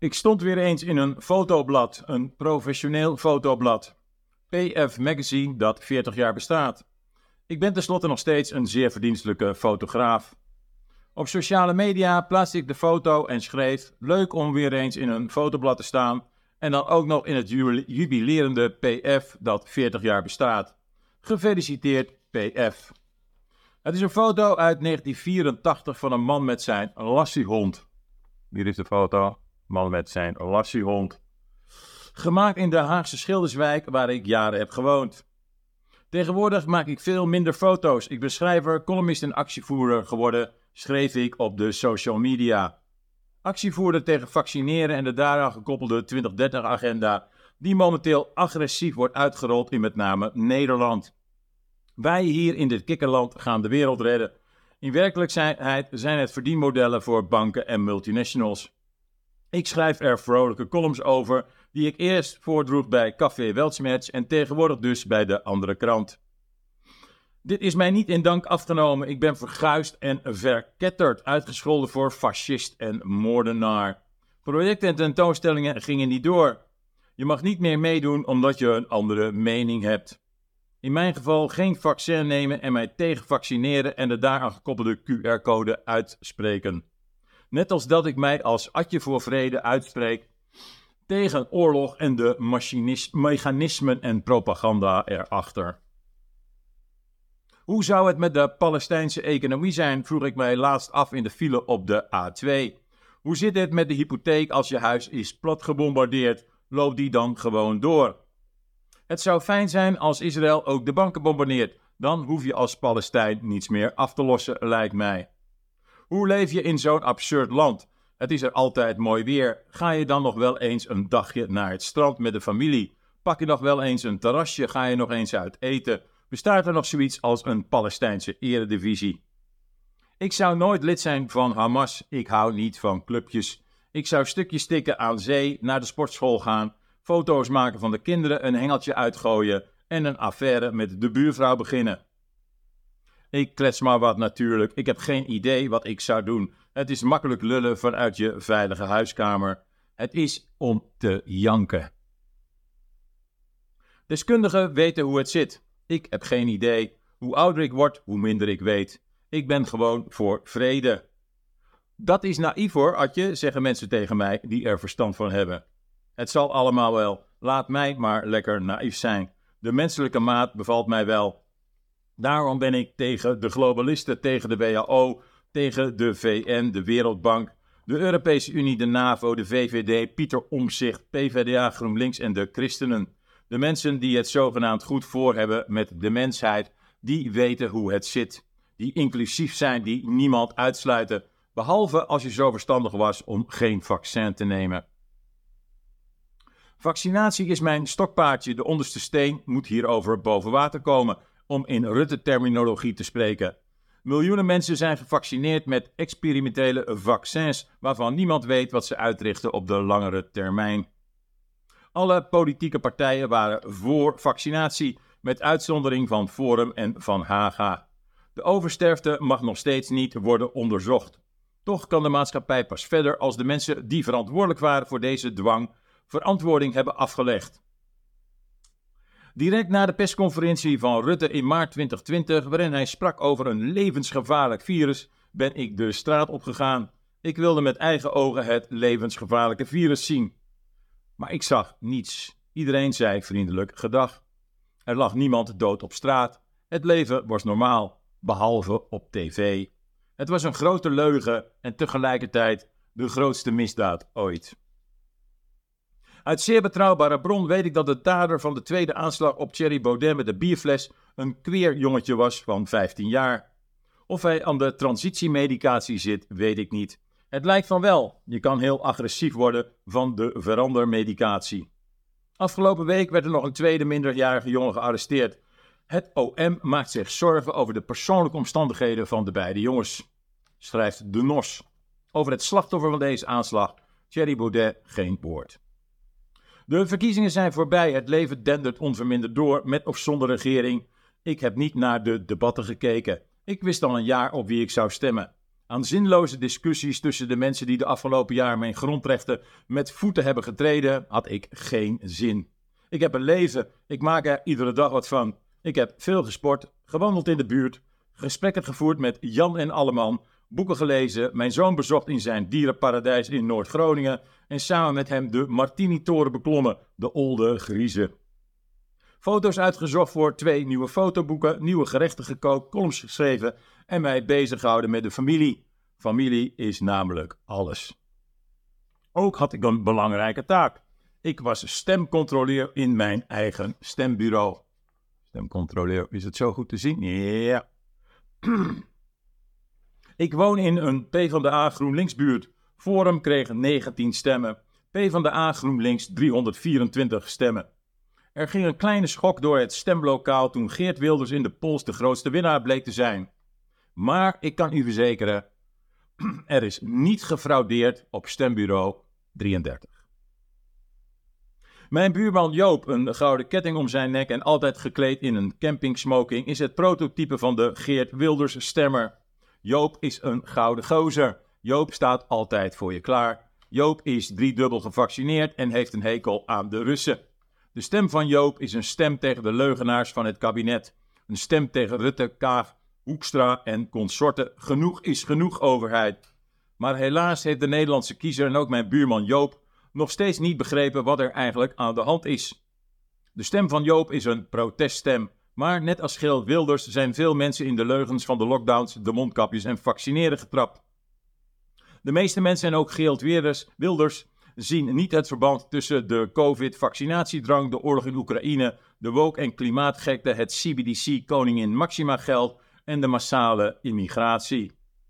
Ik stond weer eens in een fotoblad, een professioneel fotoblad. PF Magazine dat 40 jaar bestaat. Ik ben tenslotte nog steeds een zeer verdienstelijke fotograaf. Op sociale media plaatste ik de foto en schreef: leuk om weer eens in een fotoblad te staan en dan ook nog in het jubilerende PF dat 40 jaar bestaat. Gefeliciteerd PF. Het is een foto uit 1984 van een man met zijn lassiehond. Hier is de foto. Man met zijn lassiehond. Gemaakt in de Haagse Schilderswijk waar ik jaren heb gewoond. Tegenwoordig maak ik veel minder foto's. Ik ben schrijver, columnist en actievoerder geworden, schreef ik op de social media. Actievoerder tegen vaccineren en de daaraan gekoppelde 2030-agenda, die momenteel agressief wordt uitgerold in met name Nederland. Wij hier in dit kikkerland gaan de wereld redden. In werkelijkheid zijn het verdienmodellen voor banken en multinationals. Ik schrijf er vrolijke columns over, die ik eerst voordroeg bij Café Weltschmerz en tegenwoordig dus bij de andere krant. Dit is mij niet in dank afgenomen. Ik ben verguisd en verketterd, uitgescholden voor fascist en moordenaar. Projecten en tentoonstellingen gingen niet door. Je mag niet meer meedoen omdat je een andere mening hebt. In mijn geval geen vaccin nemen en mij tegen vaccineren en de daaraan gekoppelde QR-code uitspreken. Net als dat ik mij als Atje voor Vrede uitspreek tegen oorlog en de mechanismen en propaganda erachter. Hoe zou het met de Palestijnse economie zijn, vroeg ik mij laatst af in de file op de A2. Hoe zit het met de hypotheek als je huis is plat gebombardeerd? Loopt die dan gewoon door? Het zou fijn zijn als Israël ook de banken bombardeert. Dan hoef je als Palestijn niets meer af te lossen, lijkt mij. Hoe leef je in zo'n absurd land? Het is er altijd mooi weer. Ga je dan nog wel eens een dagje naar het strand met de familie? Pak je nog wel eens een terrasje? Ga je nog eens uit eten? Bestaat er nog zoiets als een Palestijnse eredivisie? Ik zou nooit lid zijn van Hamas. Ik hou niet van clubjes. Ik zou stukjes tikken aan zee, naar de sportschool gaan, foto's maken van de kinderen, een hengeltje uitgooien en een affaire met de buurvrouw beginnen. Ik klets maar wat natuurlijk. Ik heb geen idee wat ik zou doen. Het is makkelijk lullen vanuit je veilige huiskamer. Het is om te janken. Deskundigen weten hoe het zit. Ik heb geen idee. Hoe ouder ik word, hoe minder ik weet. Ik ben gewoon voor vrede. Dat is naïef hoor, Atje, zeggen mensen tegen mij die er verstand van hebben. Het zal allemaal wel. Laat mij maar lekker naïef zijn. De menselijke maat bevalt mij wel. Daarom ben ik tegen de globalisten, tegen de WHO, tegen de VN, de Wereldbank, de Europese Unie, de NAVO, de VVD, Pieter Omtzigt, PvdA, GroenLinks en de christenen. De mensen die het zogenaamd goed voor hebben met de mensheid, die weten hoe het zit. Die inclusief zijn, die niemand uitsluiten, behalve als je zo verstandig was om geen vaccin te nemen. Vaccinatie is mijn stokpaardje, de onderste steen moet hierover boven water komen, om in Rutte-terminologie te spreken. Miljoenen mensen zijn gevaccineerd met experimentele vaccins, waarvan niemand weet wat ze uitrichten op de langere termijn. Alle politieke partijen waren voor vaccinatie, met uitzondering van Forum en Van Haga. De oversterfte mag nog steeds niet worden onderzocht. Toch kan de maatschappij pas verder als de mensen die verantwoordelijk waren voor deze dwang verantwoording hebben afgelegd. Direct na de persconferentie van Rutte in maart 2020, waarin hij sprak over een levensgevaarlijk virus, ben ik de straat opgegaan. Ik wilde met eigen ogen het levensgevaarlijke virus zien. Maar ik zag niets. Iedereen zei vriendelijk gedag. Er lag niemand dood op straat. Het leven was normaal, behalve op tv. Het was een grote leugen en tegelijkertijd de grootste misdaad ooit. Uit zeer betrouwbare bron weet ik dat de dader van de tweede aanslag op Thierry Baudet met de bierfles een queer jongetje was van 15 jaar. Of hij aan de transitiemedicatie zit, weet ik niet. Het lijkt van wel. Je kan heel agressief worden van de verandermedicatie. Afgelopen week werd er nog een tweede minderjarige jongen gearresteerd. Het OM maakt zich zorgen over de persoonlijke omstandigheden van de beide jongens, schrijft de NOS. Over het slachtoffer van deze aanslag, Thierry Baudet, geen woord. De verkiezingen zijn voorbij, het leven dendert onverminderd door, met of zonder regering. Ik heb niet naar de debatten gekeken. Ik wist al een jaar op wie ik zou stemmen. Aan zinloze discussies tussen de mensen die de afgelopen jaar mijn grondrechten met voeten hebben getreden, had ik geen zin. Ik heb een leven, ik maak er iedere dag wat van. Ik heb veel gesport, gewandeld in de buurt, gesprekken gevoerd met Jan en Alleman, boeken gelezen, mijn zoon bezocht in zijn dierenparadijs in Noord-Groningen en samen met hem de Martini-toren beklommen, de Olde Grieze. Foto's uitgezocht voor 2 nieuwe fotoboeken, nieuwe gerechten gekookt, columns geschreven en mij bezig gehouden met de familie. Familie is namelijk alles. Ook had ik een belangrijke taak. Ik was stemcontroleur in mijn eigen stembureau. Stemcontroleur, is het zo goed te zien? Ja. Ik woon in een PvdA GroenLinks buurt. Forum kreeg 19 stemmen. PvdA GroenLinks 324 stemmen. Er ging een kleine schok door het stemlokaal toen Geert Wilders in de polls de grootste winnaar bleek te zijn. Maar ik kan u verzekeren, er is niet gefraudeerd op stembureau 33. Mijn buurman Joop, een gouden ketting om zijn nek en altijd gekleed in een campingsmoking, is het prototype van de Geert Wilders stemmer. Joop is een gouden gozer. Joop staat altijd voor je klaar. Joop is 3-dubbel gevaccineerd en heeft een hekel aan de Russen. De stem van Joop is een stem tegen de leugenaars van het kabinet. Een stem tegen Rutte, Kaag, Hoekstra en consorten. Genoeg is genoeg, overheid. Maar helaas heeft de Nederlandse kiezer en ook mijn buurman Joop nog steeds niet begrepen wat er eigenlijk aan de hand is. De stem van Joop is een proteststem. Maar net als Geert Wilders zijn veel mensen in de leugens van de lockdowns, de mondkapjes en vaccineren getrapt. De meeste mensen en ook Geert Wilders zien niet het verband tussen de COVID-vaccinatiedrang, de oorlog in Oekraïne, de woke- en klimaatgekte, het CBDC koningin Maxima geld en de massale immigratie.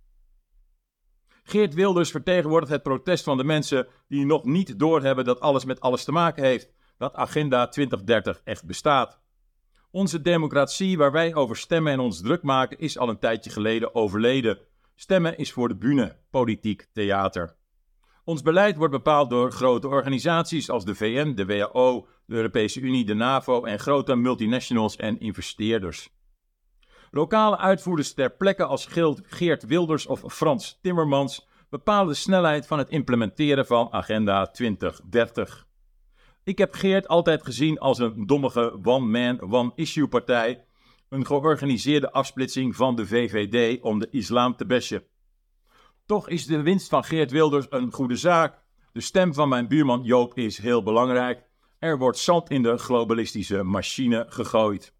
Geert Wilders vertegenwoordigt het protest van de mensen die nog niet doorhebben dat alles met alles te maken heeft, dat Agenda 2030 echt bestaat. Onze democratie waar wij over stemmen en ons druk maken is al een tijdje geleden overleden. Stemmen is voor de bühne, politiek theater. Ons beleid wordt bepaald door grote organisaties als de VN, de WHO, de Europese Unie, de NAVO en grote multinationals en investeerders. Lokale uitvoerders ter plekke als Geert Wilders of Frans Timmermans bepalen de snelheid van het implementeren van Agenda 2030. Ik heb Geert altijd gezien als een dommige one-man, one-issue partij, een georganiseerde afsplitsing van de VVD om de islam te bashen. Toch is de winst van Geert Wilders een goede zaak. De stem van mijn buurman Joop is heel belangrijk. Er wordt zand in de globalistische machine gegooid.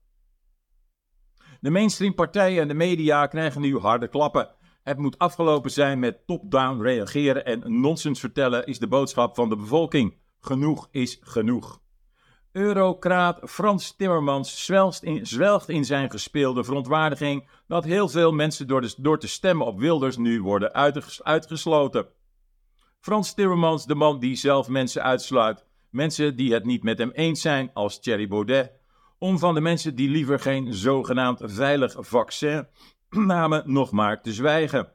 De mainstream partijen en de media krijgen nu harde klappen. Het moet afgelopen zijn met top-down reageren en nonsens vertellen is de boodschap van de bevolking. Genoeg is genoeg. Eurocraat Frans Timmermans zwelgt in zijn gespeelde verontwaardiging dat heel veel mensen door te stemmen op Wilders nu worden uitgesloten. Frans Timmermans, de man die zelf mensen uitsluit, mensen die het niet met hem eens zijn als Thierry Baudet, om van de mensen die liever geen zogenaamd veilig vaccin namen nog maar te zwijgen.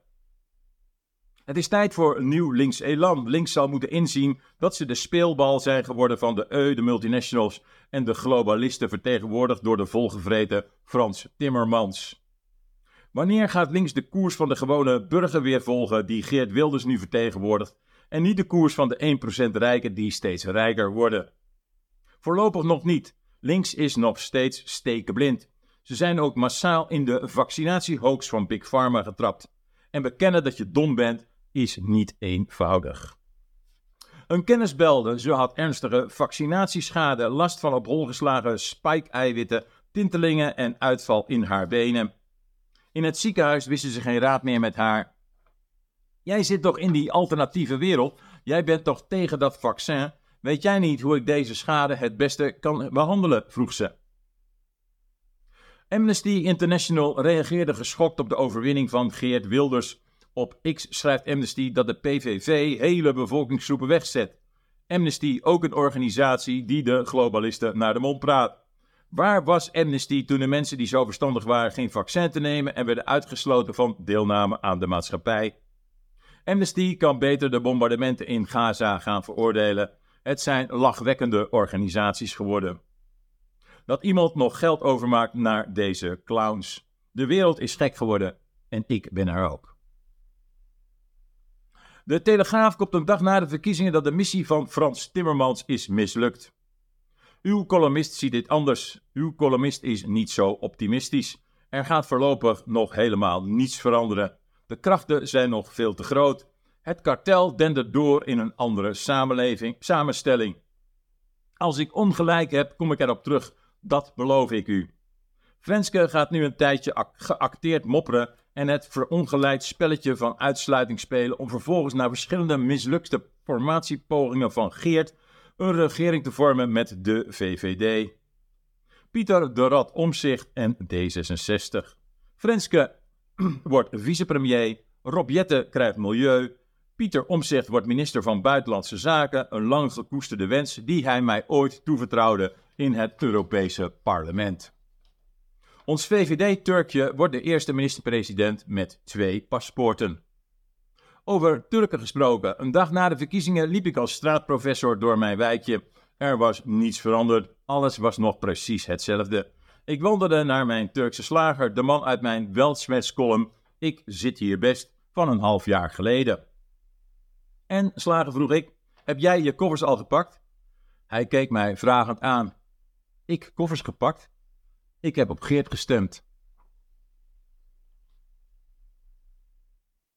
Het is tijd voor een nieuw links elan. Links zal moeten inzien dat ze de speelbal zijn geworden van de multinationals en de globalisten vertegenwoordigd door de volgevreten Frans Timmermans. Wanneer gaat links de koers van de gewone burger weer volgen die Geert Wilders nu vertegenwoordigt en niet de koers van de 1% rijken die steeds rijker worden? Voorlopig nog niet. Links is nog steeds stekenblind. Ze zijn ook massaal in de vaccinatiehoax van Big Pharma getrapt. En bekennen dat je dom bent is niet eenvoudig. Een kennis belde, ze had ernstige vaccinatieschade, last van op hol geslagen spike-eiwitten, tintelingen en uitval in haar benen. In het ziekenhuis wisten ze geen raad meer met haar. Jij zit toch in die alternatieve wereld? Jij bent toch tegen dat vaccin? Weet jij niet hoe ik deze schade het beste kan behandelen? Vroeg ze. Amnesty International reageerde geschokt op de overwinning van Geert Wilders. Op X schrijft Amnesty dat de PVV hele bevolkingsgroepen wegzet. Amnesty, ook een organisatie die de globalisten naar de mond praat. Waar was Amnesty toen de mensen die zo verstandig waren geen vaccin te nemen en werden uitgesloten van deelname aan de maatschappij? Amnesty kan beter de bombardementen in Gaza gaan veroordelen. Het zijn lachwekkende organisaties geworden. Dat iemand nog geld overmaakt naar deze clowns. De wereld is gek geworden en ik ben er ook. De Telegraaf kopt een dag na de verkiezingen dat de missie van Frans Timmermans is mislukt. Uw columnist ziet dit anders. Uw columnist is niet zo optimistisch. Er gaat voorlopig nog helemaal niets veranderen. De krachten zijn nog veel te groot. Het kartel dendert door in een andere samenstelling. Als ik ongelijk heb, kom ik erop terug. Dat beloof ik u. Frenske gaat nu een tijdje geacteerd mopperen en het verongeleid spelletje van uitsluiting spelen om vervolgens na verschillende mislukte formatiepogingen van Geert een regering te vormen met de VVD. Pieter de Rad Omtzigt en D66. Frenske wordt vicepremier, Rob Jetten krijgt milieu, Pieter Omtzigt wordt minister van Buitenlandse Zaken, een lang gekoesterde wens die hij mij ooit toevertrouwde in het Europese parlement. Ons VVD-Turkje wordt de eerste minister-president met 2 paspoorten. Over Turken gesproken, een dag na de verkiezingen liep ik als straatprofessor door mijn wijkje. Er was niets veranderd, alles was nog precies hetzelfde. Ik wandelde naar mijn Turkse slager, de man uit mijn Weltschmerz-column. Ik zit hier best, van een half jaar geleden. En, slager, vroeg ik, heb jij je koffers al gepakt? Hij keek mij vragend aan. Ik koffers gepakt? Ik heb op Geert gestemd.